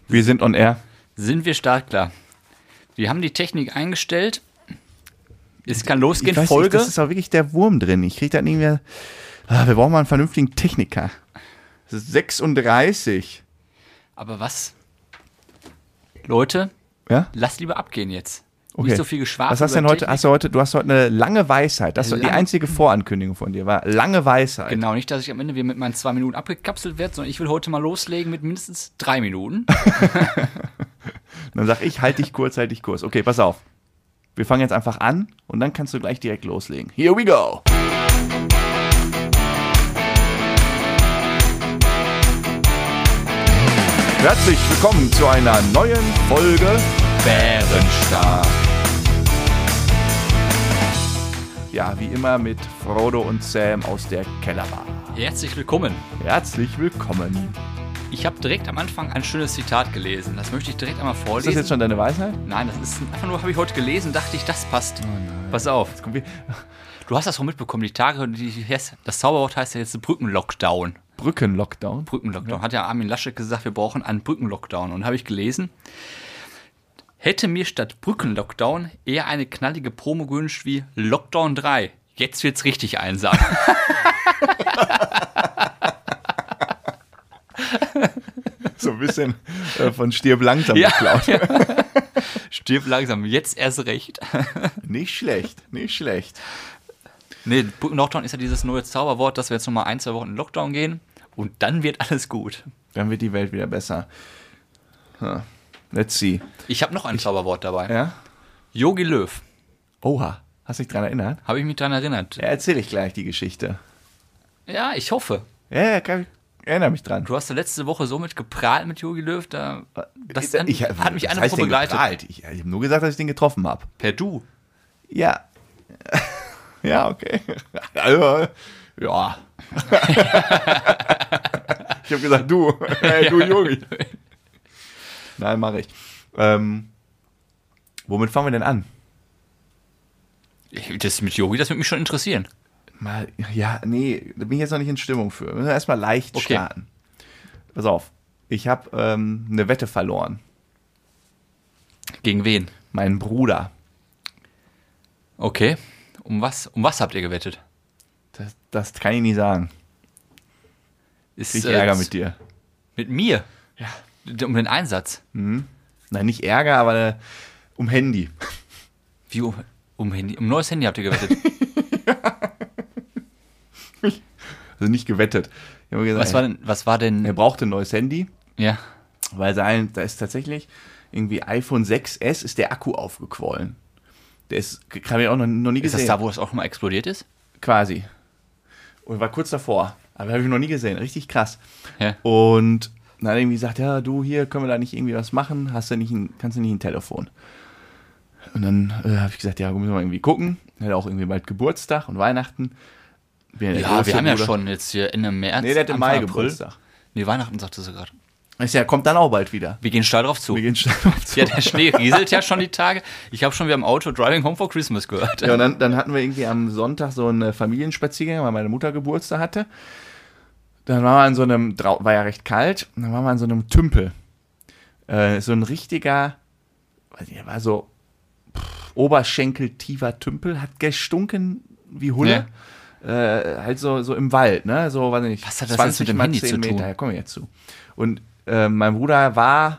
Wir sind on air. Sind wir startklar. Wir haben die Technik eingestellt. Es kann losgehen. Ich weiß Folge. nicht, das ist auch wirklich der Wurm drin. Ich kriege da nicht mehr. Wir brauchen mal einen vernünftigen Techniker. Es ist 36. Aber was? Leute, Ja? lasst lieber abgehen jetzt. Okay. Nicht so viel Geschwafel. Was hast du denn heute? Du hast heute eine lange Weisheit. Das war die Lange- einzige Vorankündigung von dir, war lange Weisheit. Genau, nicht, dass ich am Ende wieder mit meinen 2 Minuten abgekapselt werde, sondern ich will heute mal loslegen mit mindestens 3 Minuten. Dann sag ich, halt dich kurz. Okay, pass auf. Wir fangen jetzt einfach an und dann kannst du gleich direkt loslegen. Here we go. Herzlich willkommen zu einer neuen Folge Bärenstark. Ja, wie immer mit Frodo und Sam aus der Kellerbar. Herzlich willkommen. Herzlich willkommen. Ich habe direkt am Anfang ein schönes Zitat gelesen. Das möchte ich direkt einmal Ist vorlesen. das jetzt schon deine Weisheit? Nein, das ist einfach nur, habe ich heute gelesen, dachte ich, das passt. Oh nein. Pass auf. Jetzt kommt wie- Du hast das auch mitbekommen, die Tage, das Zauberwort heißt ja jetzt Brückenlockdown. Brückenlockdown. Brückenlockdown. Hat ja Armin Laschet gesagt, wir brauchen einen Brückenlockdown. Und habe ich gelesen, hätte mir statt Brückenlockdown eher eine knallige Promo gewünscht wie Lockdown 3. Jetzt wird's richtig einsam. So ein bisschen von Stirb langsam Ja. geklaut. Stirb langsam, jetzt erst recht. Nicht schlecht. Nee, Brückenlockdown ist ja dieses neue Zauberwort, dass wir jetzt nochmal 1-2 Wochen in Lockdown gehen und dann wird alles gut. Dann wird die Welt wieder besser. Let's see. Ich habe noch ein Zauberwort dabei. Ja? Jogi Löw. Oha. Hast du dich dran erinnert? Habe ich mich daran erinnert. Ja, erzähle ich gleich die Geschichte. Ja, ich hoffe. Ja, erinnere mich dran. Du hast ja letzte Woche so mit geprahlt mit Jogi Löw, das hat mich was eine heißt Woche denn begleitet. geprahlt? Ich habe nur gesagt, dass ich den getroffen habe. Per Du. Ja. Ja, okay. Also, ja. Ich habe gesagt, du. Hey, du Junge. Nein, mache ich. Womit fangen wir denn an? Das mit Jogi, das würde mich schon interessieren. Mal, ja, nee, da bin ich jetzt noch nicht in Stimmung für. Wir müssen erstmal leicht Okay. starten. Pass auf, ich habe eine Wette verloren. Gegen wen? Mein Bruder. Okay. Um was habt ihr gewettet? Das kann ich nicht sagen. Ist, Ich Ärger mit dir. Mit mir? Ja. Um den Einsatz. Nein, nicht Ärger, aber um Handy. Wie um Handy? Um ein neues Handy habt ihr gewettet? Also nicht gewettet. Ich habe gesagt, Was war denn? er brauchte ein neues Handy, Ja. weil da ist tatsächlich irgendwie iPhone 6S ist der Akku aufgequollen. Der ist, habe ich auch noch nie Ist gesehen. das da, wo es auch mal explodiert ist? Quasi. Und war kurz davor. Aber habe ich noch nie gesehen. Richtig krass. Ja. Und dann hat er irgendwie gesagt, ja, du, hier können wir da nicht irgendwie was machen? Kannst du nicht ein Telefon? Und dann habe ich gesagt, ja, müssen wir mal irgendwie gucken. Er hat auch irgendwie bald Geburtstag und Weihnachten. Ja, wir haben ja schon jetzt hier Ende März. Nee, der hat im Anfang Mai April. Geburtstag. Nee, Weihnachten sagte sie gerade. Ist ja, kommt dann auch bald wieder. Wir gehen steil drauf zu. Wir gehen schnell auf zu. Ja, der Schnee rieselt ja schon die Tage. Ich habe schon wieder im Auto Driving Home for Christmas gehört. Ja, und dann hatten wir irgendwie am Sonntag so einen Familienspaziergang, weil meine Mutter Geburtstag hatte. Dann waren wir in so einem, war ja recht kalt, und dann waren wir in so einem Tümpel. So ein richtiger, weiß nicht, war so oberschenkeltiefer Tümpel, hat gestunken wie Hulle. Halt so im Wald, ne? So, weiß ich nicht, Was hat das jetzt mit dem mal Handy 10 zu tun? Meter, ja, kommen wir jetzt zu. Und mein Bruder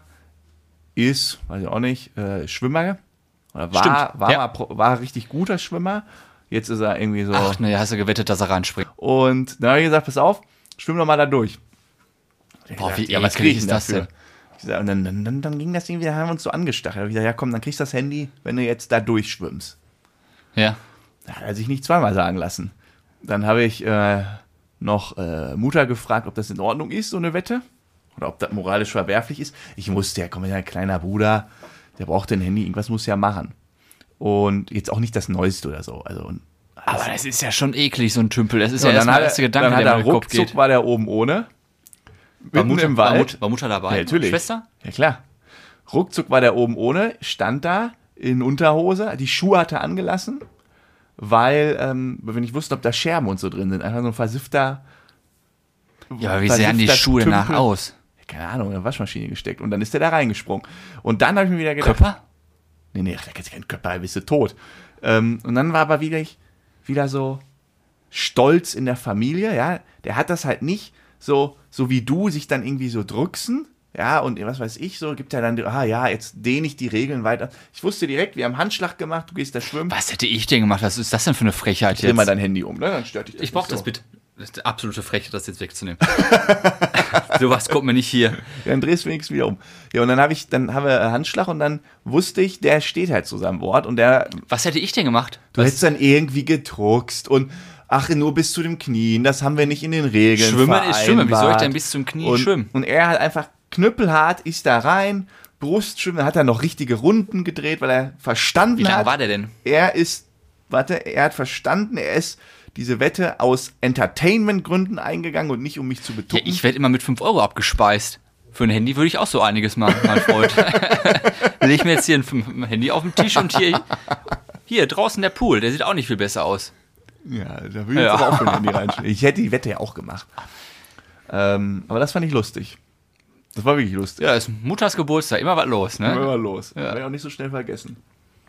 ist, weiß ich auch nicht, Schwimmer. Oder Stimmt, ja. war richtig guter Schwimmer. Jetzt ist er irgendwie so. Ach, ne, hast du gewettet, dass er reinspringt. Und dann habe ich gesagt, pass auf, schwimm doch mal da durch. Boah, wie was eklig krieg ich ist das dafür? denn? Ich sag, und dann ging das irgendwie, da haben wir uns so angestachelt. Da habe ich gesagt, ja komm, dann kriegst du das Handy, wenn du jetzt da durchschwimmst. Ja. Da hat er sich nicht zweimal sagen lassen. Dann habe ich noch Mutter gefragt, ob das in Ordnung ist, so eine Wette. Oder ob das moralisch verwerflich ist. Ich musste ja, komm, ein kleiner Bruder, der braucht ein Handy, irgendwas muss ja machen. Und jetzt auch nicht das Neueste oder so. Also, Aber das ist ja schon eklig, so ein Tümpel. Das ist so, ja dann erstmal hat der erste er, Gedanke, dann hat der er mir in den Kopf ruckzuck geht. war der oben ohne. Mitten im Wald. War Mutter dabei? Ja, natürlich. Schwester? Ja, klar. Ruckzuck war der oben ohne, stand da in Unterhose, die Schuhe hatte er angelassen, weil, wenn ich wusste, ob da Scherben und so drin sind, einfach so ein versiffter. Ja, aber wie sehen die Schuhe danach Tümpel. aus? keine Ahnung, in eine Waschmaschine gesteckt. Und dann ist der da reingesprungen. Und dann habe ich mir wieder gedacht, Körper? nee, da kannst du keinen Körper, bist du tot. Und dann war aber wieder so Stolz in der Familie, ja. Der hat das halt nicht so wie du sich dann irgendwie so drücksen, ja, und was weiß ich, so gibt ja dann, jetzt dehne ich die Regeln weiter. Ich wusste direkt, wir haben Handschlag gemacht, du gehst da schwimmen. Was hätte ich denn gemacht? Was ist das denn für eine Frechheit Dreh mal dein Handy um, ne? Dann stört dich das. Ich brauche nicht das so. bitte. Das ist eine absolute Frechheit, das jetzt wegzunehmen. Sowas kommt mir nicht hier. Ja, dann drehst du wenigstens wieder um. Ja, und dann haben wir Handschlag und dann wusste ich, der steht halt zu seinem Wort und Was hätte ich denn gemacht? du hättest dann irgendwie gedruckst und nur bis zu den Knien, das haben wir nicht in den Regeln Schwimmen ist Schwimmen. Wie soll ich vereinbart. denn bis zum Knie und, schwimmen? Und er hat einfach knüppelhart, ist da rein, Brustschwimmen, hat er noch richtige Runden gedreht, weil er verstanden Wie lange hat. war der denn? Er hat verstanden, er ist diese Wette aus Entertainment-Gründen eingegangen und nicht um mich zu Ja, betuppen. ich werde immer mit 5 Euro abgespeist. Für ein Handy würde ich auch so einiges machen, mein Freund. Leg ich mir jetzt hier ein Handy auf den Tisch und hier draußen der Pool, der sieht auch nicht viel besser aus. Ja, da will ich jetzt aber auch für ein Handy reinstellen. Ich hätte die Wette ja auch gemacht. Aber das fand ich lustig. Das war wirklich lustig. Ja, ist Mutters Geburtstag, immer was los, ne? Immer los. Ja. Werde ich auch nicht so schnell vergessen.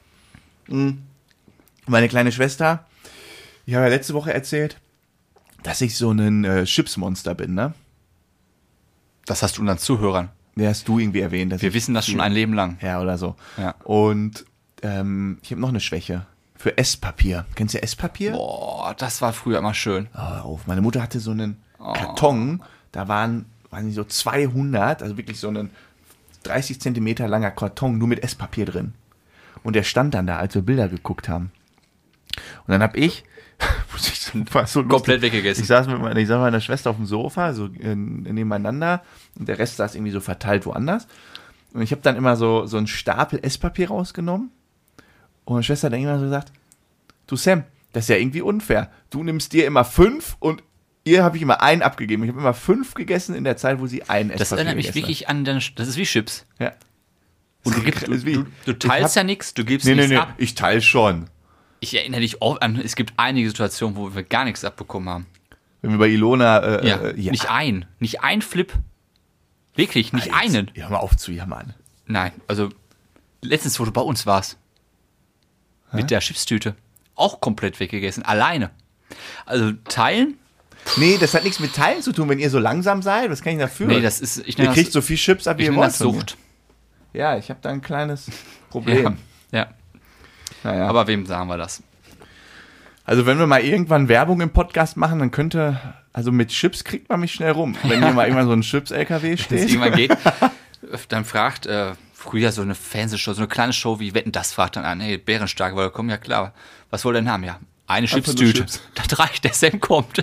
Meine kleine Schwester, ich habe ja letzte Woche erzählt, dass ich so ein Chipsmonster bin, ne? Das hast du unseren Zuhörern. Der hast du irgendwie erwähnt. Dass Wir ich wissen das schon ein Leben lang. Ja, oder so. Ja. Und ich habe noch eine Schwäche. Für Esspapier. Kennst du Esspapier? Boah, das war früher immer schön. Auf. Meine Mutter hatte so einen Karton, da waren nicht so 200, also wirklich so ein 30 Zentimeter langer Karton, nur mit Esspapier drin. Und der stand dann da, als wir Bilder geguckt haben. Und dann habe ich, war so Komplett weggegessen. Ich saß mit meiner Schwester auf dem Sofa, so nebeneinander, und der Rest saß irgendwie so verteilt woanders. Und ich habe dann immer so einen Stapel Esspapier rausgenommen. Und meine Schwester hat dann immer so gesagt, du Sam, das ist ja irgendwie unfair. Du nimmst dir immer 5 und ihr habe ich immer einen abgegeben. Ich habe immer 5 gegessen in der Zeit, wo sie ein Das Esspapier erinnert mich gegessen wirklich an das ist wie Chips. hat. Ja. Und du teilst ja nichts, du gibst nichts ab. Ich teile schon. Ich erinnere dich auch an, es gibt einige Situationen, wo wir gar nichts abbekommen haben. Wenn wir bei Ilona, Nicht ein Flip. Wirklich, nicht einen. Ja, mal auf zu jammern. Nein, also letztens, wo du bei uns warst, mit der Chipstüte, auch komplett weggegessen, alleine. Also teilen? Nee, das hat nichts mit Teilen zu tun, wenn ihr so langsam seid. Was kann ich dafür? Nee, das ist, ihr kriegt so viel Chips ab, wie ihr nenne wollt. das Sucht. Ja, ich habe da ein kleines Problem. Ja. Naja. Aber wem sagen wir das? Also wenn wir mal irgendwann Werbung im Podcast machen, dann also mit Chips kriegt man mich schnell rum. Wenn hier mal irgendwann so ein Chips-LKW Wenn es steht. irgendwann geht, dann fragt, früher so eine Fernsehshow, so eine kleine Show wie Wetten, das fragt dann an, hey, Bärenstark, weil kommen, ja klar, was wollt ihr denn haben? Ja, eine Einfach nur Chipstüte. Chips. Das reicht, der Sam kommt.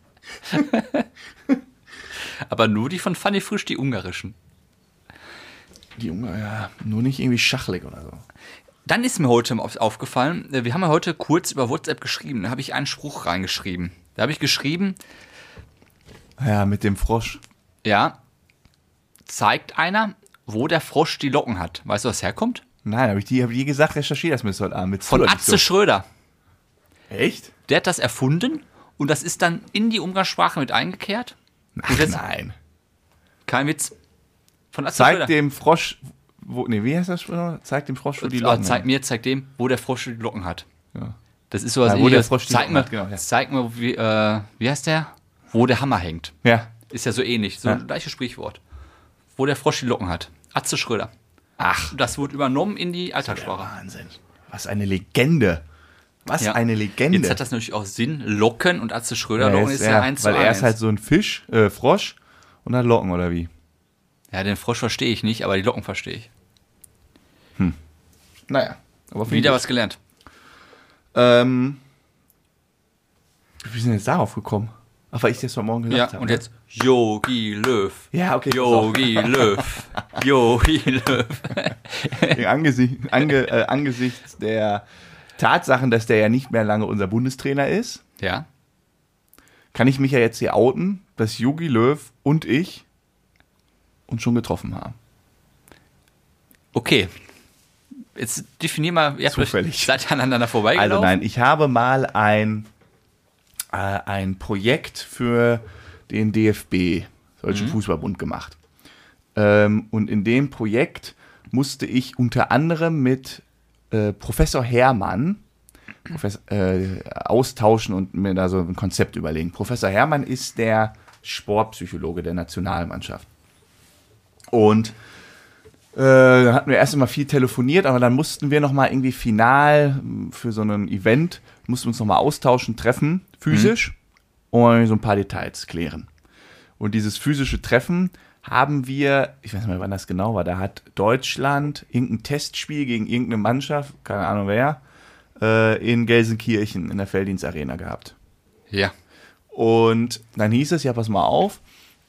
Aber nur die von Fanny Frisch, die ungarischen. Die Junge, ja, nur nicht irgendwie schachlig oder so. Dann ist mir heute aufgefallen, wir haben ja heute kurz über WhatsApp geschrieben, da habe ich einen Spruch reingeschrieben. Da habe ich geschrieben, Ja, mit dem Frosch. ja, zeigt einer, wo der Frosch die Locken hat. Weißt du, was herkommt? Nein, hab die gesagt, recherchiere das mir heute Abend. Mit Von Atze Schröder. Echt? Der hat das erfunden und das ist dann in die Umgangssprache mit eingekehrt. Ach, Und jetzt- nein. Kein Witz. Von Atze Zeig Schröder. dem Frosch, wie heißt das? Zeig dem Frosch, wo die Locken Zeig dem, wo der Frosch die Locken hat. Ja. Das ist sowas Ja, wo der ähnliches. Frosch die Zeig Locken mir, hat, genau, ja. zeig mir wie heißt der? Wo der Hammer hängt. Ja. Ist ja so ähnlich. So Ja. ein gleiches Sprichwort. Wo der Frosch die Locken hat. Atze Schröder. Ach, Das wurde übernommen in die Alltagssprache. Wahnsinn. Was eine Legende. Was Ja. eine Legende. Jetzt hat das natürlich auch Sinn. Locken und Atze Schröder. Ja, Locken ist ja 1 weil zu er ist 1. halt so ein Frosch und hat Locken, oder wie? Ja, den Frosch verstehe ich nicht, aber die Locken verstehe ich. Naja. Aber Wieder was gelernt. Wie sind wir jetzt darauf gekommen? Ach, weil ich das heute Morgen Ja, gesagt habe. und jetzt Yogi Löw. Ja, okay. Yogi Löw. Yogi Löw. Angesichts der Tatsachen, dass der ja nicht mehr lange unser Bundestrainer ist, Ja. kann ich mich ja jetzt hier outen, dass Jogi Löw und ich uns schon getroffen haben. Okay. Jetzt definier mal, ihr habt Zufällig. euch- seid ihr aneinander vorbeigelaufen? Also nein, ich habe mal ein Projekt für den DFB, Deutschen Fußballbund, gemacht. Und in dem Projekt musste ich unter anderem mit Professor Herrmann austauschen und mir da so ein Konzept überlegen. Professor Herrmann ist der Sportpsychologe der Nationalmannschaft. Und dann hatten wir erst einmal viel telefoniert, aber dann mussten wir nochmal irgendwie final für so ein Event, mussten uns nochmal austauschen, treffen, physisch, und so ein paar Details klären. Und dieses physische Treffen haben wir, ich weiß nicht mehr, wann das genau war, da hat Deutschland irgendein Testspiel gegen irgendeine Mannschaft, keine Ahnung wer, in Gelsenkirchen in der Felddienst-Arena gehabt. Ja. Und dann hieß es, ja, pass mal auf,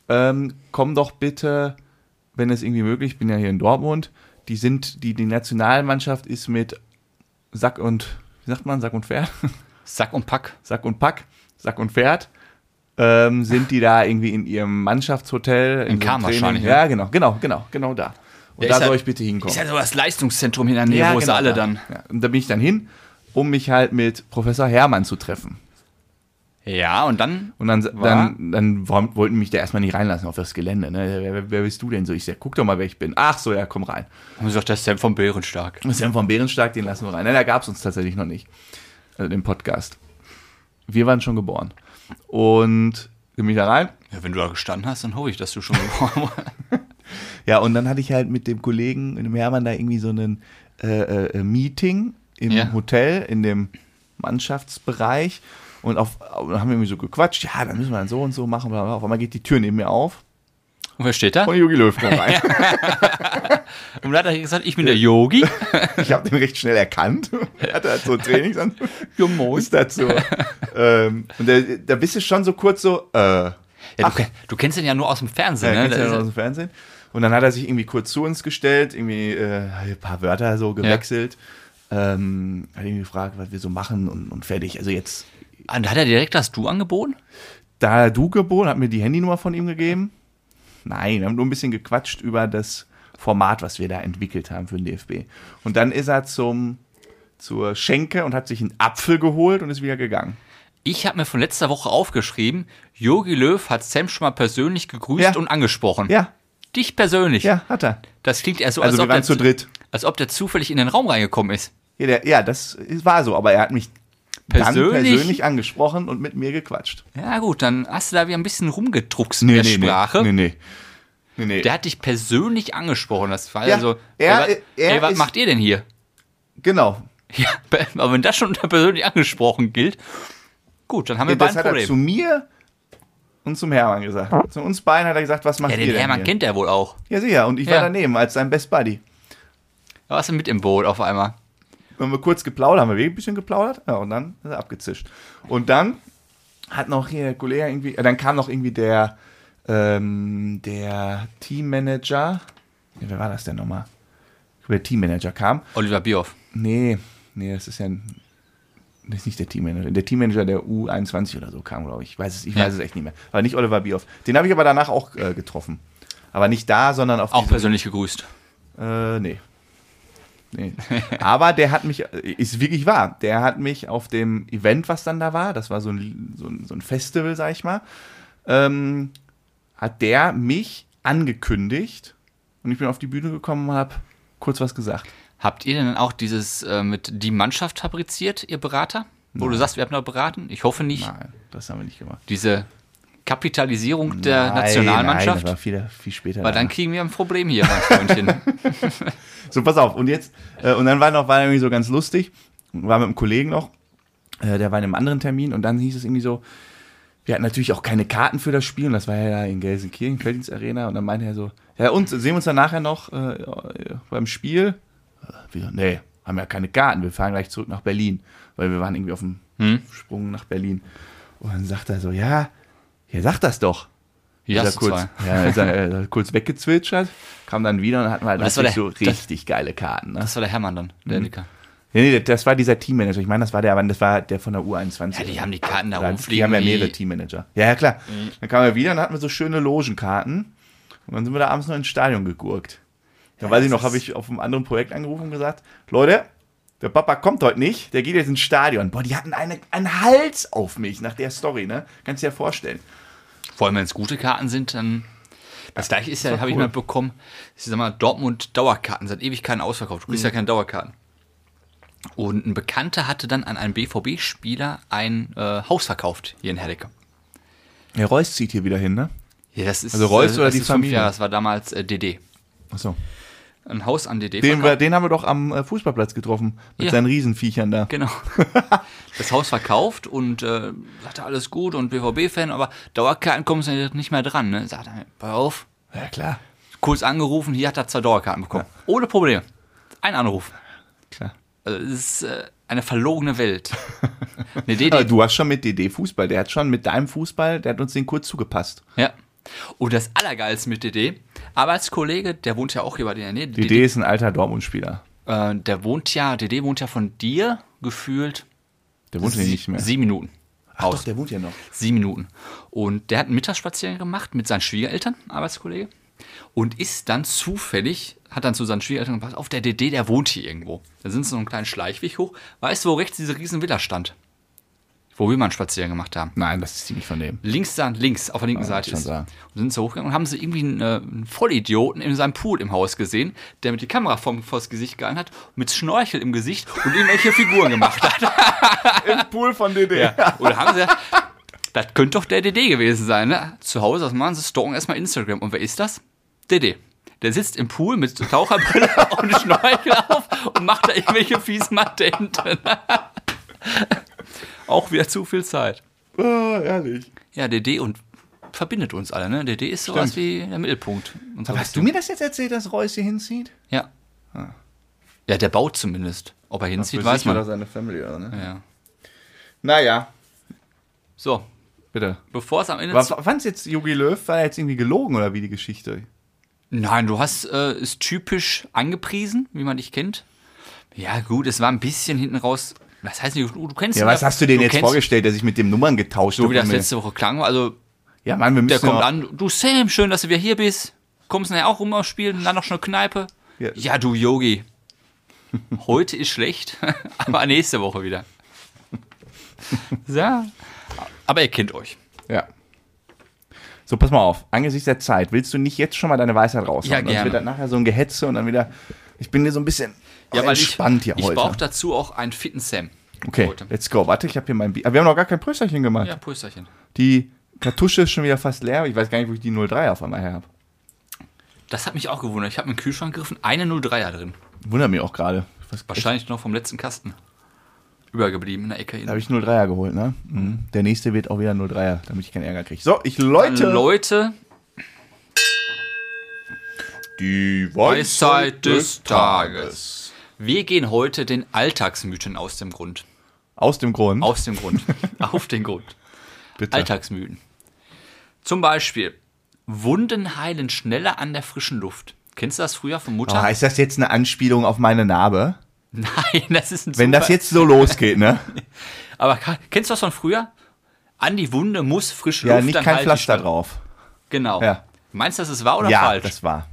komm doch bitte, wenn es irgendwie möglich, ich bin ja hier in Dortmund, die Nationalmannschaft ist mit Sack und Pferd? Sack und Pack. Sack und Pferd, sind die da irgendwie in ihrem Mannschaftshotel. In Kam wahrscheinlich. Ja, genau da. Und da soll ich bitte hinkommen. Ist ja so das Leistungszentrum in der Nähe, wo sie alle dann... Ja. Und da bin ich dann hin, um mich halt mit Professor Herrmann zu treffen. Ja, und dann wollten mich da erstmal nicht reinlassen auf das Gelände. Ne? Wer bist du denn so? Ich sag, guck doch mal, wer ich bin. Ach so, ja, komm rein. Und ich sag, der Sam von Bärenstark. Sam von Bärenstark, den lassen wir rein. Ne, da gab es uns tatsächlich noch nicht, den Podcast. Wir waren schon geboren. Und bin ich da rein. Ja, wenn du da gestanden hast, dann hoffe ich, dass du schon geboren warst. Ja, und dann hatte ich halt mit dem Kollegen, mit dem Hermann, da irgendwie so ein Meeting im Hotel, in dem Mannschaftsbereich. Und dann haben wir irgendwie so gequatscht, ja, dann müssen wir dann so und so machen. Auf einmal geht die Tür neben mir auf. Und wer steht da? Und Jogi Löw kommt rein. Und dann hat er gesagt, ich bin der Yogi. Ich habe den recht schnell erkannt. Er hatte halt so Trainingsanzug. Ja, moin. Ist das so. Und da bist du schon so kurz so, Ja, du kennst den ja nur aus dem Fernsehen, ja, ne? Kennst du ja nur aus dem Fernsehen. Und dann hat er sich irgendwie kurz zu uns gestellt, irgendwie ein paar Wörter so gewechselt. Hat irgendwie gefragt, was wir so machen und fertig. Also jetzt. Und hat er direkt das Du angeboten? Da Du geboten, hat mir die Handynummer von ihm gegeben. Nein, wir haben nur ein bisschen gequatscht über das Format, was wir da entwickelt haben für den DFB. Und dann ist er zur Schenke und hat sich einen Apfel geholt und ist wieder gegangen. Ich habe mir von letzter Woche aufgeschrieben, Jogi Löw hat Sam schon mal persönlich gegrüßt und angesprochen. Ja. Dich persönlich? Ja, hat er. Das klingt eher so, also wir waren zu dritt. Als ob der zufällig in den Raum reingekommen ist. Ja, das war so, aber er hat mich persönlich angesprochen und mit mir gequatscht. Ja gut, dann hast du da wieder ein bisschen rumgedruckst in der Sprache. Nee. Der hat dich persönlich angesprochen. Das war ja, also, was macht ihr denn hier? Genau. Ja, aber wenn das schon unter persönlich angesprochen gilt, gut, dann haben wir beide ein Problem. Das hat er zu mir und zum Hermann gesagt. Zu uns beiden hat er gesagt, was macht ihr denn hier? Den Hermann kennt er wohl auch. Ja, sicher. Und ich war daneben als sein Best Buddy. Da warst du mit im Boot auf einmal. Haben wir kurz geplaudert, haben wir wirklich ein bisschen geplaudert. Ja, und dann ist er abgezischt. Und dann hat noch hier der Kollege irgendwie, dann kam noch irgendwie der Teammanager. Ja, wer war das denn nochmal? Der Teammanager kam. Oliver Bierhoff. Nee, das ist nicht der Teammanager. Der Teammanager der U21 oder so kam, glaube ich. Ich weiß es echt nicht mehr. Aber nicht Oliver Bierhoff. Den habe ich aber danach auch getroffen. Aber nicht da, sondern auf auch persönlich gegrüßt. Nee. Aber der hat mich, ist wirklich wahr, der hat mich auf dem Event, was dann da war, das war so ein Festival, sag ich mal, hat der mich angekündigt und ich bin auf die Bühne gekommen und habe kurz was gesagt. Habt ihr denn auch dieses mit die Mannschaft fabriziert, ihr Berater? Wo du sagst, wir haben noch beraten? Ich hoffe nicht. Nein, das haben wir nicht gemacht. Diese Kapitalisierung der Nationalmannschaft? Nein, das war viel später. Weil dann kriegen wir ein Problem hier, mein Freundchen. So, pass auf. Und jetzt, und dann war irgendwie so ganz lustig, war mit einem Kollegen noch, der war in einem anderen Termin und dann hieß es irgendwie so, wir hatten natürlich auch keine Karten für das Spiel und das war ja in Gelsenkirchen, Felddienst Arena und dann meinte er so, ja und, sehen wir uns dann nachher noch beim Spiel? Nee, haben ja keine Karten, wir fahren gleich zurück nach Berlin, weil wir waren irgendwie auf dem Sprung nach Berlin. Und dann sagt er so, ja, sag das doch. Ja, ist er kurz weggezwitschert, kam dann wieder und dann hatten wir halt so richtig geile Karten. Ne? Das war der Hermann dann, der Dicker. Nee, das war dieser Teammanager. Ich meine, das war der von der U21. Ja, die haben die Karten da rumfliegen. Die haben ja mehrere Teammanager. Ja, klar. Dann kamen wir wieder und dann hatten wir so schöne Logenkarten und dann sind wir da abends noch ins Stadion gegurkt. Da weiß ich noch, habe ich auf einem anderen Projekt angerufen und gesagt, Leute, der Papa kommt heute nicht, der geht jetzt ins Stadion. Boah, die hatten einen Hals auf mich nach der Story, ne? Kannst du dir ja vorstellen. Vor allem, wenn es gute Karten sind, dann Das gleiche ist ja, habe ich mal bekommen, ich sag mal, Dortmund Dauerkarten, seit Ewigkeiten ausverkauft. Du kriegst ja keine Dauerkarten. Und ein Bekannter hatte dann an einen BVB-Spieler ein Haus verkauft, hier in Herdecke. Ja, Reus zieht hier wieder hin, ne? Ja, das ist, Also Reus oder das die ist 5 Familie? Jahre, das war damals DD. Achso. Ein Haus an DD Den haben wir doch am Fußballplatz getroffen, mit seinen Riesenviechern da. Genau. Das Haus verkauft und sagte, alles gut und BVB-Fan, aber Dauerkarten kommen sie nicht mehr dran. Ne? Sagt er, pass auf, Ja, klar. kurz angerufen, hier hat er 2 Dauerkarten bekommen. Ja. Ohne Probleme. Ein Anruf. Klar. Also es ist eine verlogene Welt. Nee, Aber du hast schon mit DD Fußball, der hat schon mit deinem Fußball, der hat uns den kurz zugepasst. Ja. Und das Allergeilste mit DD, Arbeitskollege, der wohnt ja auch hier bei dir in der Nähe. DD ist ein alter Dortmund-Spieler. DD wohnt ja von dir gefühlt. Der wohnt hier nicht mehr. 7 Minuten. Ach doch, der wohnt ja noch. 7 Minuten. Und der hat einen Mittagsspaziergang gemacht mit seinen Schwiegereltern, Arbeitskollege. Und ist dann zufällig, hat dann zu seinen Schwiegereltern gesagt, auf der DD, der wohnt hier irgendwo. Da sind sie so einen kleinen Schleichweg hoch. Weißt du, wo rechts diese riesen Villa stand? Wo wir mal einen Spaziergang gemacht haben. Nein, das ist die nicht von dem. Links auf der linken Seite ist. Sagen. Und sind so hochgegangen und haben sie irgendwie einen Vollidioten in seinem Pool im Haus gesehen, der mit die Kamera vors Gesicht gehalten hat, mit Schnorchel im Gesicht und irgendwelche Figuren gemacht hat. Im Pool von DD. Ja. Oder haben sie gesagt, das könnte doch der DD gewesen sein. Ne? Zu Hause, was machen sie? Stalken erstmal Instagram. Und wer ist das? DD. Der sitzt im Pool mit Taucherbrille und Schnorchel auf und macht da irgendwelche fiesen Matenten. Auch wieder zu viel Zeit. Oh, ehrlich. Ja, DD und verbindet uns alle, ne? DD ist sowas wie der Mittelpunkt. Aber hast du mir das jetzt erzählt, dass Reus hier hinzieht? Ja. Ja, der baut zumindest. Ob er hinzieht, weiß man. Oder seine Family, oder, ne? Ja. Naja. So, Bitte. bevor es am Ende... Fand's jetzt Jogi Löw, war er jetzt irgendwie gelogen, oder wie die Geschichte? Nein, du hast es typisch angepriesen, wie man dich kennt. Ja gut, es war ein bisschen hinten raus... Was heißt nicht, du kennst ihn. Ja, was hast du denn jetzt vorgestellt, der sich mit dem Nummern getauscht hat? So wie das letzte Woche klang. Also, ja, Mann, wir müssen der kommt an. Du Sam, schön, dass du wieder hier bist. Kommst du nachher auch rum aufs Spiel und dann noch schnell Kneipe? Ja, du Yogi. Heute ist schlecht, aber nächste Woche wieder. Ja. Aber ihr kennt euch. Ja. So, pass mal auf. Angesichts der Zeit, willst du nicht jetzt schon mal deine Weisheit raushauen? Ja, gerne. Sonst wird das nachher so ein Gehetze und dann wieder... Ich bin hier so ein bisschen entspannt hier heute. Ich brauche dazu auch einen fitten Sam. Okay, heute. let's go. Warte, ich habe hier mein Bier. Aber wir haben noch gar kein Prösterchen gemacht. Ja, Prösterchen. Die Kartusche ist schon wieder fast leer. Ich weiß gar nicht, wo ich die 03 auf einmal her habe. Das hat mich auch gewundert. Ich habe in den Kühlschrank gegriffen, eine 03er drin. Wundert mich auch gerade. Wahrscheinlich noch vom letzten Kasten. Übergeblieben in der Ecke. Da habe ich 03er geholt, ne? Mhm. Der nächste wird auch wieder 03er, damit ich keinen Ärger kriege. So, ich läute. Leute. Die Weisheit des Tages. Wir gehen heute den Alltagsmythen aus dem Grund. Aus dem Grund? Aus dem Grund. Auf den Grund. Bitte. Alltagsmythen. Zum Beispiel, Wunden heilen schneller an der frischen Luft. Kennst du das früher von Mutter? Oh, ist das jetzt eine Anspielung auf meine Narbe? Nein, das ist ein Wenn das jetzt so losgeht, ne? Aber kennst du das von früher? An die Wunde muss frische Ja, Luft. nicht dann kein halt die Pflaster Schmerzen. drauf. Genau. Ja. Meinst du, das ist wahr oder Ja, falsch? das war.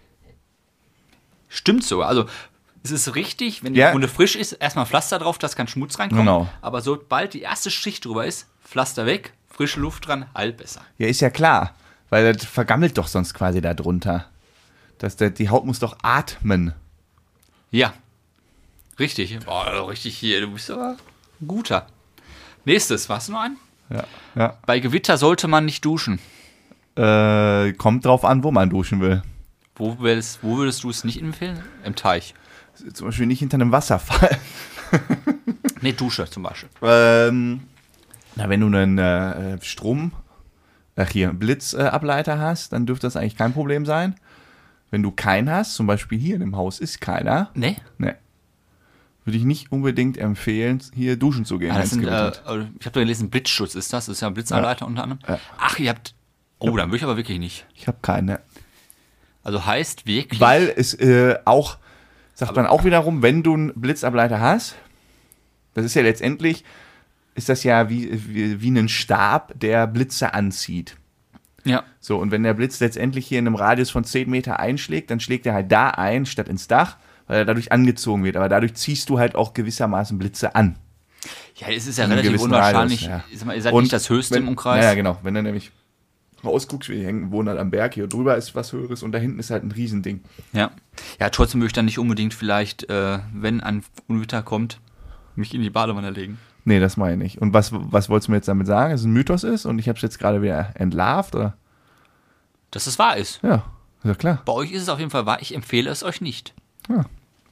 Stimmt so. Also, es ist richtig, wenn die Ja. Wunde frisch ist, erstmal Pflaster drauf, dass kein Schmutz reinkommt. Genau. Aber sobald die erste Schicht drüber ist, Pflaster weg, frische Luft dran, halt besser. Ja, ist ja klar. Weil das vergammelt doch sonst quasi da drunter. Die Haut muss doch atmen. Ja. Richtig. Boah, richtig hier. Du bist aber ein guter. Nächstes. Warst du noch ein? Ja. Bei Gewitter sollte man nicht duschen. Kommt drauf an, wo man duschen will. Wo würdest du es nicht empfehlen? Im Teich. Zum Beispiel nicht hinter einem Wasserfall. Nee, Dusche zum Beispiel. Wenn du einen Blitzableiter hast, dann dürfte das eigentlich kein Problem sein. Wenn du keinen hast, zum Beispiel hier in dem Haus ist keiner. Nee? Nee. Würde ich nicht unbedingt empfehlen, hier duschen zu gehen. Das wenn's sind, ich gewittert. habe da gelesen, Blitzschutz ist das. Das ist ja ein Blitzableiter unter anderem. Ja. Ach, ihr habt... Oh, dann würde ich aber wirklich nicht. Ich habe keine. Also heißt wirklich... Weil es auch, sagt man auch wiederum, wenn du einen Blitzableiter hast, das ist ja letztendlich, ist das ja wie ein Stab, der Blitze anzieht. Ja. So, und wenn der Blitz letztendlich hier in einem Radius von 10 Meter einschlägt, dann schlägt er halt da ein, statt ins Dach, weil er dadurch angezogen wird. Aber dadurch ziehst du halt auch gewissermaßen Blitze an. Ja, es ist ja In einem relativ gewissen unwahrscheinlich. Radius, ja. Ich sag mal, ihr seid Und nicht das Höchste im Umkreis. Ja, genau. Wenn er nämlich rausguckst, wir wohnen halt am Berg, hier drüber ist was Höheres und da hinten ist halt ein Riesending. Ja. Ja, trotzdem würde ich dann nicht unbedingt vielleicht, wenn ein Unwetter kommt, mich in die Badewanne legen. Nee, das meine ich nicht. Und was wolltest du mir jetzt damit sagen, dass es ein Mythos ist und ich habe es jetzt gerade wieder entlarvt, oder? Dass es wahr ist. Ja, ist ja klar. Bei euch ist es auf jeden Fall wahr, ich empfehle es euch nicht. Ja.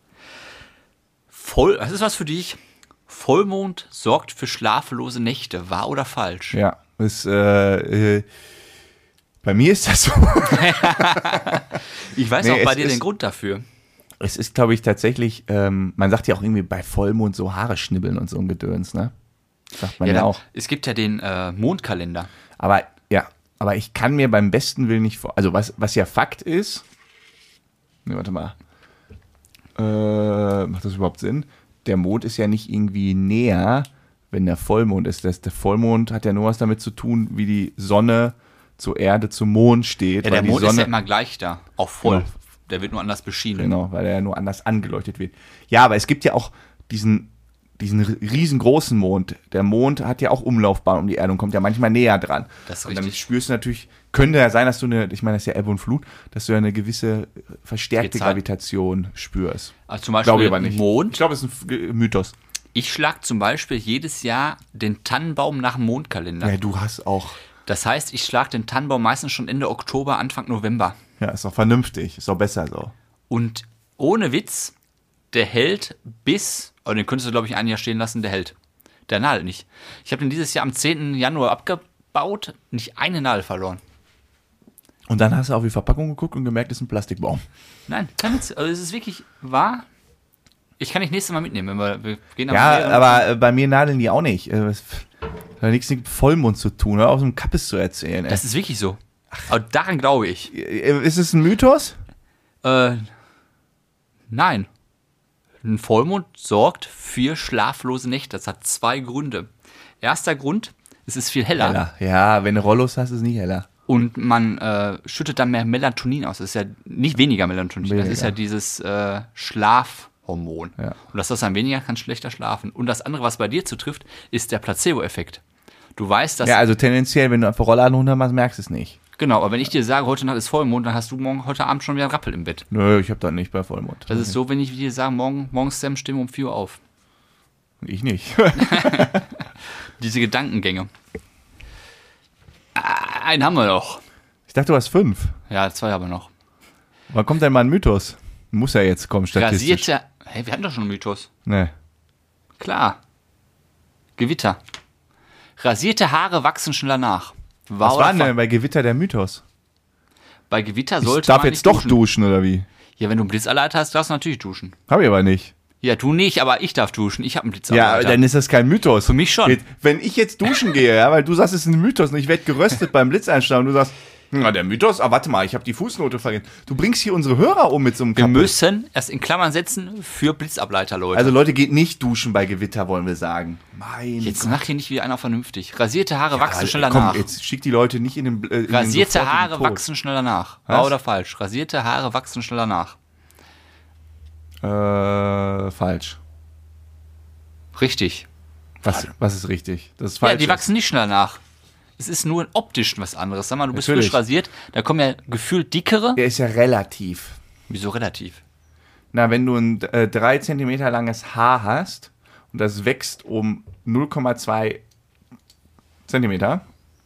Das ist was für dich. Vollmond sorgt für schlaflose Nächte. Wahr oder falsch? Ja, bei mir ist das so. Ich weiß auch bei dir den Grund dafür. Es ist, glaube ich, tatsächlich, man sagt ja auch irgendwie bei Vollmond so Haare schnibbeln und so ein Gedöns, ne? Sagt man ja auch. Es gibt ja den Mondkalender. Aber ich kann mir beim besten Willen nicht also was ja Fakt ist, ne, warte mal, macht das überhaupt Sinn? Der Mond ist ja nicht irgendwie näher, wenn der Vollmond ist. Der Vollmond hat ja nur was damit zu tun, wie die Sonne zur Erde, zum Mond steht. Ja, der Mond ist ja immer gleich da, auch voll. Genau. Der wird nur anders beschienen. Genau, weil er ja nur anders angeleuchtet wird. Ja, aber es gibt ja auch diesen riesengroßen Mond. Der Mond hat ja auch Umlaufbahn um die Erde und kommt ja manchmal näher dran. Das ist und richtig. Dann spürst du natürlich, könnte ja sein, dass ich meine, das ist ja Ebbe und Flut, dass du ja eine gewisse verstärkte Gravitation spürst. Also zum Beispiel glaube ich aber nicht. Mond. Ich glaube, es ist ein Mythos. Ich schlage zum Beispiel jedes Jahr den Tannenbaum nach dem Mondkalender. Ja, du hast auch. Das heißt, ich schlage den Tannenbaum meistens schon Ende Oktober, Anfang November. Ja, ist doch vernünftig. Ist doch besser so. Und ohne Witz, der hält den könntest du, glaube ich, ein Jahr stehen lassen, der hält. Der Nadel nicht. Ich habe den dieses Jahr am 10. Januar abgebaut, nicht eine Nadel verloren. Und dann hast du auf die Verpackung geguckt und gemerkt, es ist ein Plastikbaum. Nein, kein Witz. Also es ist wirklich wahr. Ich kann dich nächstes Mal mitnehmen, wenn wir gehen. Ja, aber bei mir nadeln die auch nicht. Das hat nichts mit Vollmond zu tun, oder aus dem Kappes zu erzählen. Das ist wirklich so. Aber daran glaube ich. Ist es ein Mythos? Nein. Ein Vollmond sorgt für schlaflose Nächte. Das hat 2 Gründe. Erster Grund, es ist viel heller. Ja, wenn du Rollos hast, ist es nicht heller. Und man schüttet dann mehr Melatonin aus. Das ist ja nicht weniger Melatonin. Das ist ja dieses Schlafhormon. Ja. Und dass das dann weniger, kann schlechter schlafen. Und das andere, was bei dir zutrifft, ist der Placebo-Effekt. Du weißt, dass... Ja, also tendenziell, wenn du einfach Rollladen runtermachst, merkst du es nicht. Genau, aber wenn ich dir sage, heute Nacht ist Vollmond, dann hast du heute Abend schon wieder einen Rappel im Bett. Nö, ich hab das nicht bei Vollmond. Das ist so, wenn ich dir sage, morgens Sam, stimme um 4 Uhr auf. Ich nicht. Diese Gedankengänge. Einen haben wir noch. Ich dachte, du hast 5. Ja, 2 haben wir noch. Wann kommt denn mal ein Mythos? Muss ja jetzt kommen, statistisch. Hey, wir hatten doch schon einen Mythos. Nee. Klar. Gewitter. Rasierte Haare wachsen schneller nach. Was war denn bei Gewitter der Mythos? Bei Gewitter sollte man Ich darf jetzt doch duschen, oder wie? Ja, wenn du einen Blitzalert hast, darfst du natürlich duschen. Hab ich aber nicht. Ja, du nicht, aber ich darf duschen. Ich habe einen Blitzalert. Ja, dann ist das kein Mythos. Für mich schon. Wenn ich jetzt duschen gehe, ja, weil du sagst, es ist ein Mythos und ich werde geröstet beim Blitzeinschlag und du sagst, na, der Mythos, warte mal, ich habe die Fußnote vergessen. Du bringst hier unsere Hörer um mit so einem Wir müssen erst in Klammern setzen für Blitzableiter, Leute. Also Leute, geht nicht duschen bei Gewitter, wollen wir sagen. Jetzt macht hier nicht wieder einer vernünftig. Rasierte Haare wachsen schneller nach. Jetzt schick die Leute nicht in den Rasierte Haare wachsen schneller nach. Wahr oder falsch? Rasierte Haare wachsen schneller nach. Falsch. Richtig. Was ist richtig? Das ist falsch. Ja, die wachsen nicht schneller nach. Es ist nur optisch was anderes. Sag mal, du bist frisch rasiert, da kommen ja gefühlt dickere. Der ist ja relativ. Wieso relativ? Na, wenn du ein 3 Zentimeter langes Haar hast und das wächst um 0,2 Zentimeter,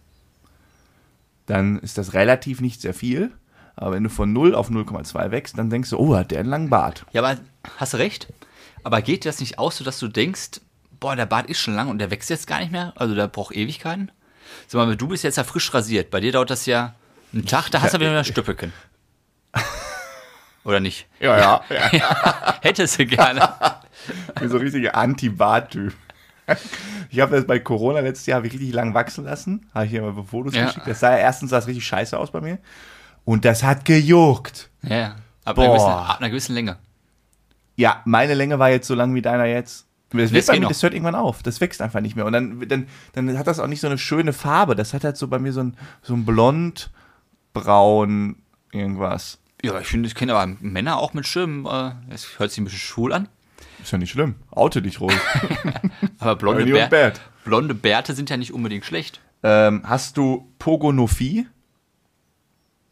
dann ist das relativ nicht sehr viel. Aber wenn du von 0 auf 0,2 wächst, dann denkst du, oh, hat der einen langen Bart. Ja, aber hast du recht. Aber geht das nicht aus, so dass du denkst, boah, der Bart ist schon lang und der wächst jetzt gar nicht mehr? Also der braucht Ewigkeiten? Sag mal, du bist jetzt ja frisch rasiert. Bei dir dauert das ja einen Tag, da hast du wieder Stüppelchen. Oder nicht? Ja. Hättest du gerne. Ich bin so ein richtiger Anti-Bart-Typ. Ich habe das bei Corona letztes Jahr richtig lang wachsen lassen. Habe ich hier mal Fotos geschickt. Das sah richtig scheiße aus bei mir. Und das hat gejuckt. Ja, ab einer gewissen Länge. Ja, meine Länge war jetzt so lang wie deiner jetzt. Das hört irgendwann auf. Das wächst einfach nicht mehr. Und dann hat das auch nicht so eine schöne Farbe. Das hat halt so bei mir so ein blond, braun, irgendwas. Ja, ich finde, ich kenne aber Männer auch mit schönem, es hört sich ein bisschen schwul an. Ist ja nicht schlimm. Oute dich ruhig. Aber blonde Bärte sind ja nicht unbedingt schlecht. Hast du Pogonophie?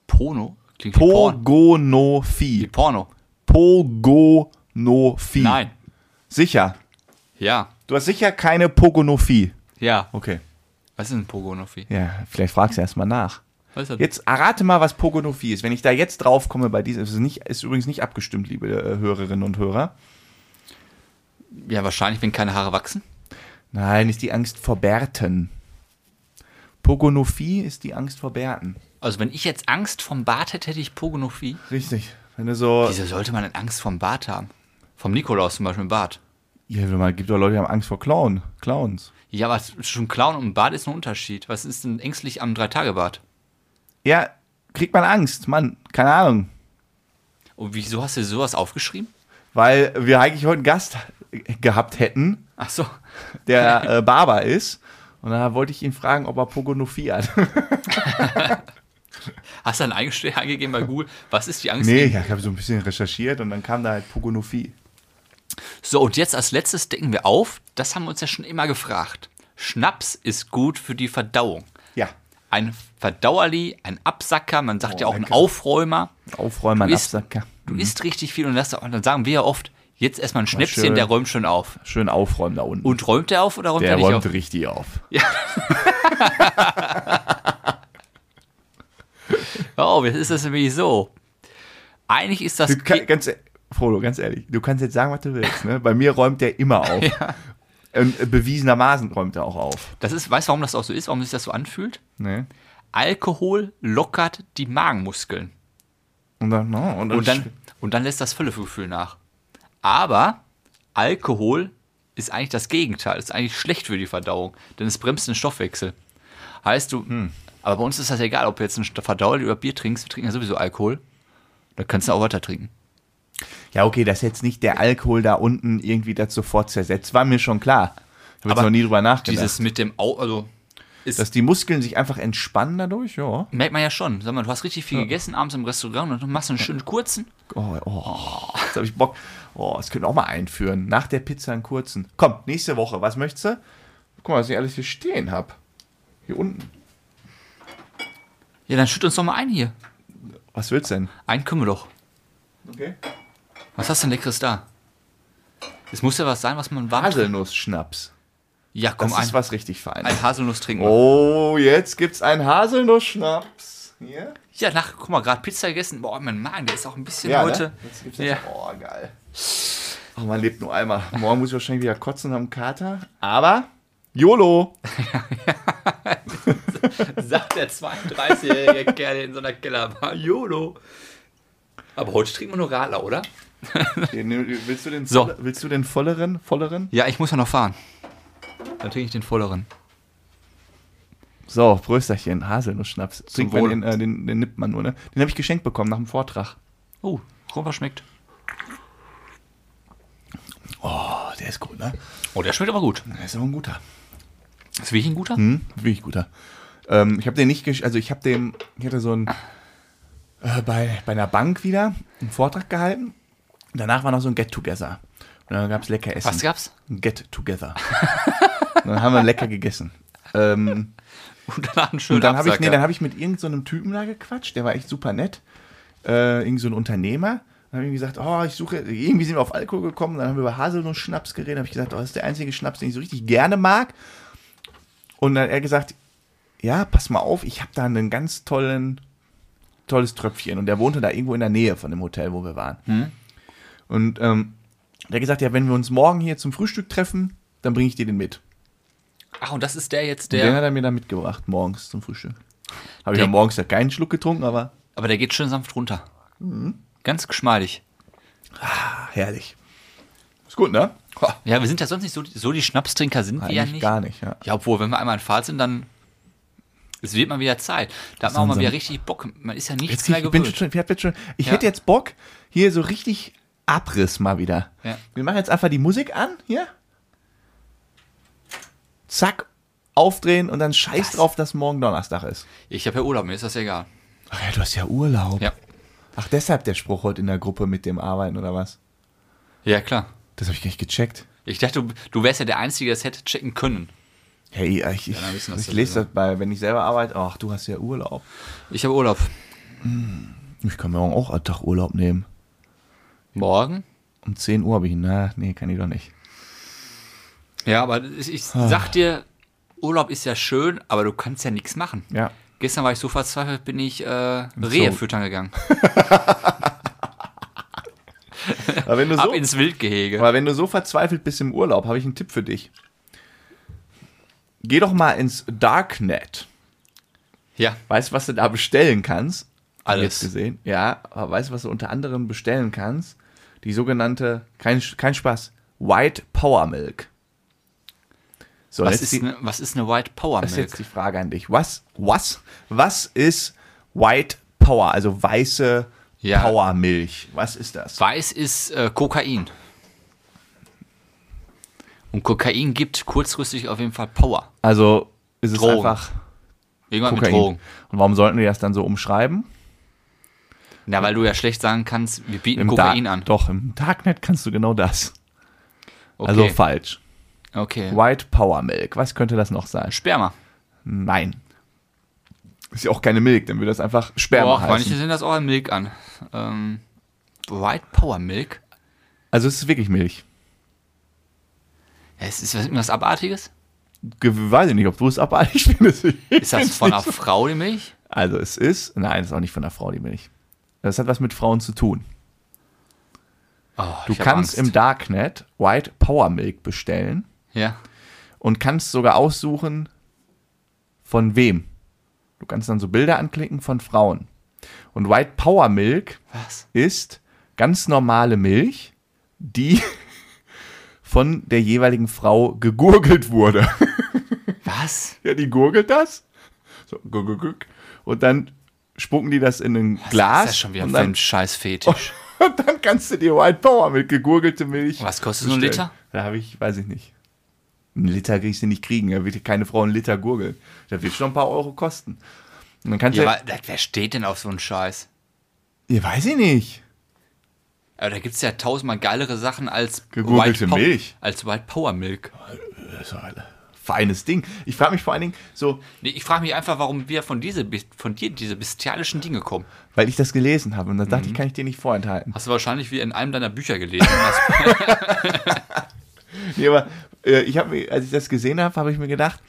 Pono? Klingt wie Porn. Wie Pogonophie. Porno. Pogonophie. Nein. Sicher. Ja. Du hast sicher keine Pogonophie. Ja. Okay. Was ist denn Pogonophie? Ja, vielleicht fragst du erstmal nach. Was ist das? Jetzt errate mal, was Pogonophie ist. Wenn ich da jetzt drauf komme bei diesem, ist übrigens nicht abgestimmt, liebe Hörerinnen und Hörer. Ja, wahrscheinlich, wenn keine Haare wachsen. Nein, ist die Angst vor Bärten. Pogonophie ist die Angst vor Bärten. Also wenn ich jetzt Angst vom Bart hätte, hätte ich Pogonophie. Richtig. Wenn du so. Wieso sollte man denn Angst vom Bart haben? Vom Nikolaus zum Beispiel im Bart. Ja, man gibt doch Leute, die haben Angst vor Clowns. Ja, aber schon Clown und Bart ist ein Unterschied. Was ist denn ängstlich am 3-Tage-Bart? Ja, kriegt man Angst, Mann. Keine Ahnung. Und wieso hast du sowas aufgeschrieben? Weil wir eigentlich heute einen Gast gehabt hätten, Ach so. der Barber ist. Und da wollte ich ihn fragen, ob er Pogonophie hat. Hast du dann eingegeben bei Google, was ist die Angst? Nee, ja, ich habe so ein bisschen recherchiert und dann kam da halt Pogonophie. So, und jetzt als letztes decken wir auf, das haben wir uns ja schon immer gefragt. Schnaps ist gut für die Verdauung. Ja. Ein Verdauerli, ein Absacker, man sagt ja auch lecker. ein Aufräumer. Aufräumer, ein Absacker. Du isst richtig viel und dann sagen wir ja oft, jetzt erstmal ein Schnäpschen, schön. der räumt schon auf. Schön aufräumen da unten. Und räumt der auf oder räumt der er nicht räumt auf? richtig auf. Ja. Oh, jetzt ist das nämlich so. Eigentlich ist das... Frodo, ganz ehrlich, du kannst jetzt sagen, was du willst. Ne? Bei mir räumt der immer auf. Ja. Und bewiesenermaßen räumt er auch auf. Das ist, weißt du, warum das auch so ist? Warum sich das so anfühlt? Ne? Alkohol lockert die Magenmuskeln. Und dann lässt das Völlegefühl nach. Aber Alkohol ist eigentlich das Gegenteil. Ist eigentlich schlecht für die Verdauung, denn es bremst den Stoffwechsel. Heißt du, aber bei uns ist das egal, ob du jetzt ein Verdauer oder Bier trinkst. Wir trinken ja sowieso Alkohol. Da kannst du auch weiter trinken. Ja, okay, dass jetzt nicht der Alkohol da unten irgendwie das sofort zersetzt, war mir schon klar. Ich habe jetzt noch nie drüber nachgedacht. Dieses mit dem dass die Muskeln sich einfach entspannen dadurch, ja. merkt man ja schon. Sag mal, du hast richtig viel gegessen abends im Restaurant und du machst einen schönen kurzen. Jetzt habe ich Bock. Das können wir auch mal einführen. Nach der Pizza einen kurzen. Komm, nächste Woche. Was möchtest du? Guck mal, was ich alles hier stehen habe. Hier unten. Ja, dann schütt uns doch mal ein hier. Was willst du denn? Einen können wir doch. Okay. Was hast du denn Leckeres da? Es muss ja was sein, was man warm Haselnuss-Schnaps. Ja, komm, Das ist was richtig Feines. ein Haselnuss trinken. Oh, jetzt gibt's einen Haselnuss-Schnaps. Hier? Ja, guck mal, gerade Pizza gegessen. Boah, mein Magen, der ist auch ein bisschen Ja, heute. ne? Jetzt gibt's Ja. Oh, geil. Oh, man lebt nur einmal. Morgen muss ich wahrscheinlich wieder kotzen und haben einen Kater. Aber YOLO. Sagt der 32-jährige Kerl in so einer Kellerbar. YOLO. Aber heute trinken wir nur Radler, oder? Willst du den volleren? Ja, ich muss ja noch fahren. Dann trinke ich den volleren. So, Prösterchen, Haselnuss-Schnaps. Trinkt Wohl. man den nippt man nur, ne? Den habe ich geschenkt bekommen nach dem Vortrag. Oh, Rumper schmeckt. Oh, der ist gut, ne? Oh, der schmeckt aber gut. Der ist auch ein guter. Ist wirklich ein guter? Wirklich guter. Ich habe den nicht, ich hatte so ein, bei einer Bank wieder einen Vortrag gehalten. Und danach war noch so ein Get-Together. Und dann gab es lecker Essen. Was gab's? Ein Get-Together. Und dann haben wir lecker gegessen. Und danach einen schönen Und dann habe Absacker. hab ich mit irgendeinem so einem Typen da gequatscht, der war echt super nett. Irgend so ein Unternehmer. Dann habe ich gesagt, irgendwie sind wir auf Alkohol gekommen, dann haben wir über Haselnuss-Schnaps geredet, habe ich gesagt, das ist der einzige Schnaps, den ich so richtig gerne mag. Und dann hat er gesagt, ja, pass mal auf, ich habe da einen ganz tolles Tröpfchen. Und der wohnte da irgendwo in der Nähe von dem Hotel, wo wir waren. Und der hat gesagt, ja, wenn wir uns morgen hier zum Frühstück treffen, dann bringe ich dir den mit. Ach, und das ist der jetzt, Den hat er mir dann mitgebracht, morgens zum Frühstück. Habe ich ja morgens ja keinen Schluck getrunken, aber... Aber der geht schön sanft runter. Ganz geschmeidig. Herrlich. Ist gut, ne? Ja, wir sind ja sonst nicht so die Schnapstrinker, sind wir ja nicht. Gar nicht, ja. Ja, obwohl, wenn wir einmal in Fahrt sind, dann es wird mal wieder Zeit. Da hat man auch mal wieder richtig Bock. Man ist ja nichts mehr gewöhnt. Ich hätte jetzt Bock, hier so richtig Abriss mal wieder. Ja. Wir machen jetzt einfach die Musik an, hier. Zack, aufdrehen und dann scheiß drauf, dass morgen Donnerstag ist. Ich habe ja Urlaub, mir ist das egal. Ach ja, du hast ja Urlaub. Ja. Ach, deshalb der Spruch heute in der Gruppe mit dem Arbeiten, oder was? Ja, klar. Das habe ich gar nicht gecheckt. Ich dachte, du wärst ja der Einzige, der es hätte checken können. Hey, ich lese das wenn ich selber arbeite. Ach, du hast ja Urlaub. Ich habe Urlaub. Ich kann mir morgen auch einen Tag Urlaub nehmen. Morgen? Um 10 Uhr habe ich ihn. Nee, kann ich doch nicht. Ja, aber ich sag dir, Urlaub ist ja schön, aber du kannst ja nichts machen. Ja. Gestern war ich so verzweifelt, bin ich Rehe füttern gegangen. Aber wenn du Ab so, ins Wildgehege. aber wenn du so verzweifelt bist im Urlaub, habe ich einen Tipp für dich. Geh doch mal ins Darknet. Ja, Weißt du, was du da bestellen kannst? Hab ich alles. Jetzt gesehen. Ja, aber weißt du, was du unter anderem bestellen kannst? Die sogenannte, kein Spaß, White Power Milk. So, Was jetzt ist eine White Power das ist jetzt Milk? die Frage an dich. Was ist White Power, also weiße Ja. Powermilch? Was ist das? Weiß ist Kokain. Und Kokain gibt kurzfristig auf jeden Fall Power. Also ist es Drogen. einfach Irgendwann mit Kokain. Drogen. Und warum sollten die das dann so umschreiben? Na, weil du ja schlecht sagen kannst, wir bieten Kokain an. Doch, im Darknet kannst du genau das. Okay. Also falsch. Okay. White Power Milk. Was könnte das noch sein? Sperma. Nein. Ist ja auch keine Milch, dann würde das einfach Sperma Boah, manche heißen. sehen das auch an Milk an. White Power Milk? Also es ist wirklich Milch. Ja, ist das irgendwas Abartiges? Weiß ich nicht, ob du es abartig findest. Ist das von einer Frau die Milch? Also es ist, nein, es ist auch nicht von der Frau die Milch. Das hat was mit Frauen zu tun. Oh, Du ich hab kannst Angst. im Darknet White Power Milk bestellen Ja. und kannst sogar aussuchen, von wem. Du kannst dann so Bilder anklicken von Frauen. Und White Power Milk Was? ist ganz normale Milch, die von der jeweiligen Frau gegurgelt wurde. Was? Ja, die gurgelt das. So, gurgel. Und dann spucken die das in ein Glas. Das ist ja schon wieder und ein dann, scheiß Fetisch. und dann kannst du dir White Power mit gegurgelte Milch. Was kostet so ein bestellen. Liter? Da habe ich, weiß ich nicht. Einen Liter kriegst du nicht kriegen. Da wird keine Frau einen Liter gurgeln. Das wird schon ein paar Euro kosten. Und dann kannst Ja, du. aber wer steht denn auf so einen Scheiß? Ja, weiß ich nicht. Aber da gibt es ja tausendmal geilere Sachen als Gegurgelte Milch. Als White Power Milk. Das ist ein feines Ding. Ich frage mich vor allen Dingen so, Nee, ich frage mich einfach, warum wir von dir diese bestialischen Dinge kommen. weil ich das gelesen habe. Und dann dachte ich, kann ich dir nicht vorenthalten. Hast du wahrscheinlich wie in einem deiner Bücher gelesen. Nee, aber als ich das gesehen habe, habe ich mir gedacht,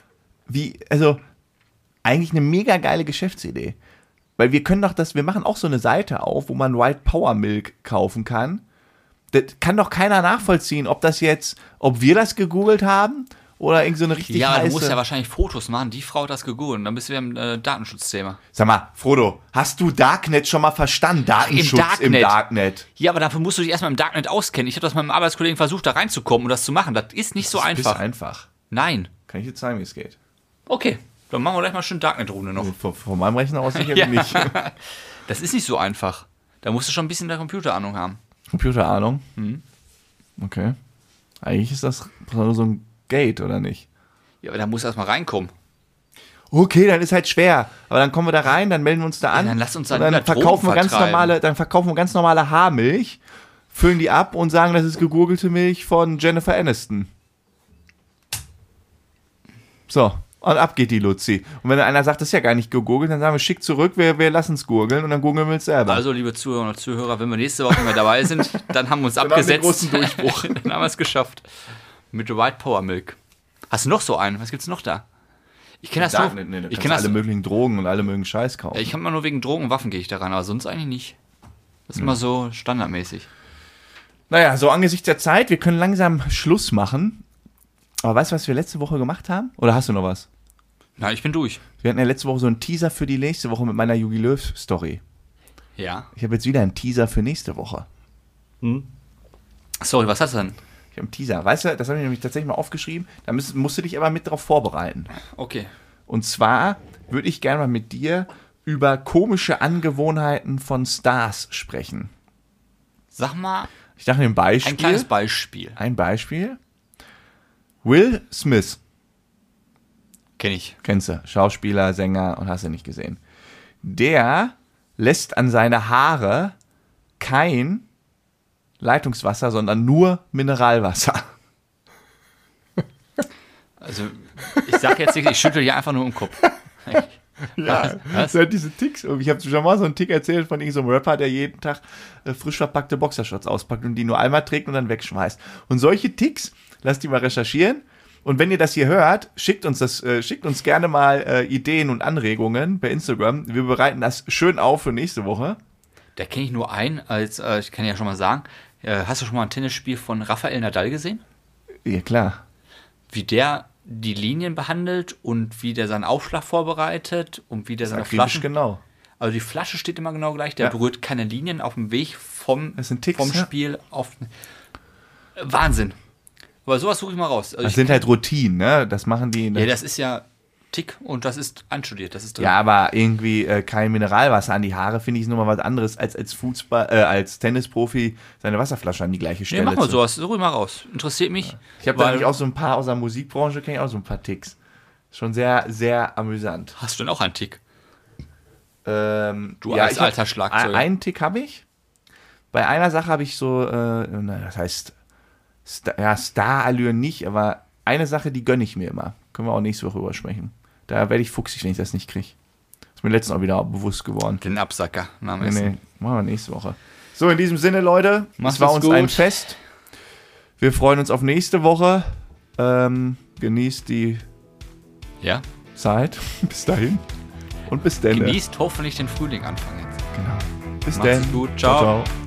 eigentlich eine mega geile Geschäftsidee. Weil wir machen auch so eine Seite auf, wo man White Power Milk kaufen kann. Das kann doch keiner nachvollziehen, ob wir das gegoogelt haben oder irgend so eine richtig Ja, heiße... du musst ja wahrscheinlich Fotos machen. Die Frau hat das gegoogelt. Und dann bist du ja im Datenschutzthema. Sag mal, Frodo, hast du Darknet schon mal verstanden? Datenschutz im Darknet. Ja, aber dafür musst du dich erstmal im Darknet auskennen. Ich habe das mit meinem Arbeitskollegen versucht, da reinzukommen und das zu machen. Das ist nicht so Das einfach. ist einfach. Nein. Kann ich dir zeigen, wie es geht? Okay, dann machen wir gleich mal schön Darknet-Runde noch. Von meinem Rechner aus sicherlich Ja. nicht. Das ist nicht so einfach. Da musst du schon ein bisschen der Computerahnung haben. Computerahnung? Okay. Eigentlich ist das nur so ein Gate, oder nicht? Ja, aber da musst du erstmal reinkommen. Okay, dann ist halt schwer. Aber dann kommen wir da rein, dann melden wir uns da an. dann lass uns und dann dann wieder verkaufen wir Drogen vertreiben. dann verkaufen wir ganz normale Haarmilch, füllen die ab und sagen, das ist gegurgelte Milch von Jennifer Aniston. So, und ab geht die Luzi. Und wenn dann einer sagt, das ist ja gar nicht gegurgelt, dann sagen wir, schick zurück, wir lassen es gurgeln und dann gurgeln wir es selber. Also, liebe Zuhörer und Zuhörer, wenn wir nächste Woche mehr dabei sind, dann haben wir uns haben wir den abgesetzt. großen Durchbruch. Dann haben wir es geschafft. Mit White Power Milk. Hast du noch so einen? Was gibt's noch da? Ich kenne das Darknet, nur. du Ich kannst kenne das. alle möglichen Drogen und alle möglichen Scheiß kaufen. Ja, ich kann mal nur wegen Drogen und Waffen gehe ich da ran, aber sonst eigentlich nicht. Das ist immer so standardmäßig. Naja, so angesichts der Zeit, wir können langsam Schluss machen. Aber weißt du, was wir letzte Woche gemacht haben? Oder hast du noch was? Na, ich bin durch. Wir hatten ja letzte Woche so einen Teaser für die nächste Woche mit meiner Jogi Löw-Story. Ja. Ich habe jetzt wieder einen Teaser für nächste Woche. Sorry, was hast du denn? Ich habe einen Teaser. Weißt du, das habe ich nämlich tatsächlich mal aufgeschrieben. Da musst du dich aber mit drauf vorbereiten. Okay. Und zwar würde ich gerne mal mit dir über komische Angewohnheiten von Stars sprechen. Sag mal Ich dachte, ein Beispiel. ein kleines Beispiel. Ein Beispiel. Will Smith. Kenn ich. Kennst du, Schauspieler, Sänger und hast du nicht gesehen. Der lässt an seine Haare kein Leitungswasser, sondern nur Mineralwasser. Also, ich sag jetzt nicht, ich schüttel hier einfach nur im Kopf. Ja, das sind diese Ticks. Ich habe schon mal so einen Tick erzählt von irgendeinem Rapper, der jeden Tag frisch verpackte Boxershorts auspackt und die nur einmal trägt und dann wegschmeißt. Und solche Ticks, lasst die mal recherchieren. Und wenn ihr das hier hört, schickt uns gerne mal Ideen und Anregungen per Instagram. Wir bereiten das schön auf für nächste Woche. Da kenne ich nur einen, ich kann ja schon mal sagen, hast du schon mal ein Tennisspiel von Rafael Nadal gesehen? Ja, klar. Wie der die Linien behandelt und wie der seinen Aufschlag vorbereitet und wie der seine Akribisch Flaschen... genau. Also die Flasche steht immer genau gleich, der berührt keine Linien auf dem Weg vom Spiel auf... Wahnsinn. Aber sowas suche ich mal raus. Also das sind halt Routinen, ne? Das machen die... Ja, das ist ja Tick und das ist einstudiert. Das ist drin. Ja, aber irgendwie kein Mineralwasser an die Haare, finde ich, ist nochmal was anderes, als als Tennisprofi seine Wasserflasche an die gleiche Stelle. Nee, mach mal sowas, suche ich mal raus. Interessiert mich. Ja. Ich habe da nämlich auch so ein paar aus der Musikbranche, kenne ich auch so ein paar Ticks. Schon sehr, sehr amüsant. Hast du denn auch einen Tick? Du als alter Schlagzeuger. Einen Tick habe ich. Bei einer Sache habe ich so, das heißt, Star-Allüren nicht, aber eine Sache, die gönne ich mir immer. Können wir auch nächste Woche drüber sprechen. Da werde ich fuchsig, wenn ich das nicht kriege. Ist mir letztens auch wieder bewusst geworden. Den Absacker. Machen wir nächste Woche. So, in diesem Sinne, Leute, es war uns ein Fest. Wir freuen uns auf nächste Woche. Genießt die Zeit. Bis dahin. Und bis dann. Genießt hoffentlich den Frühling Anfang jetzt. Genau. Bis Macht's dann. gut. Ciao. Ciao.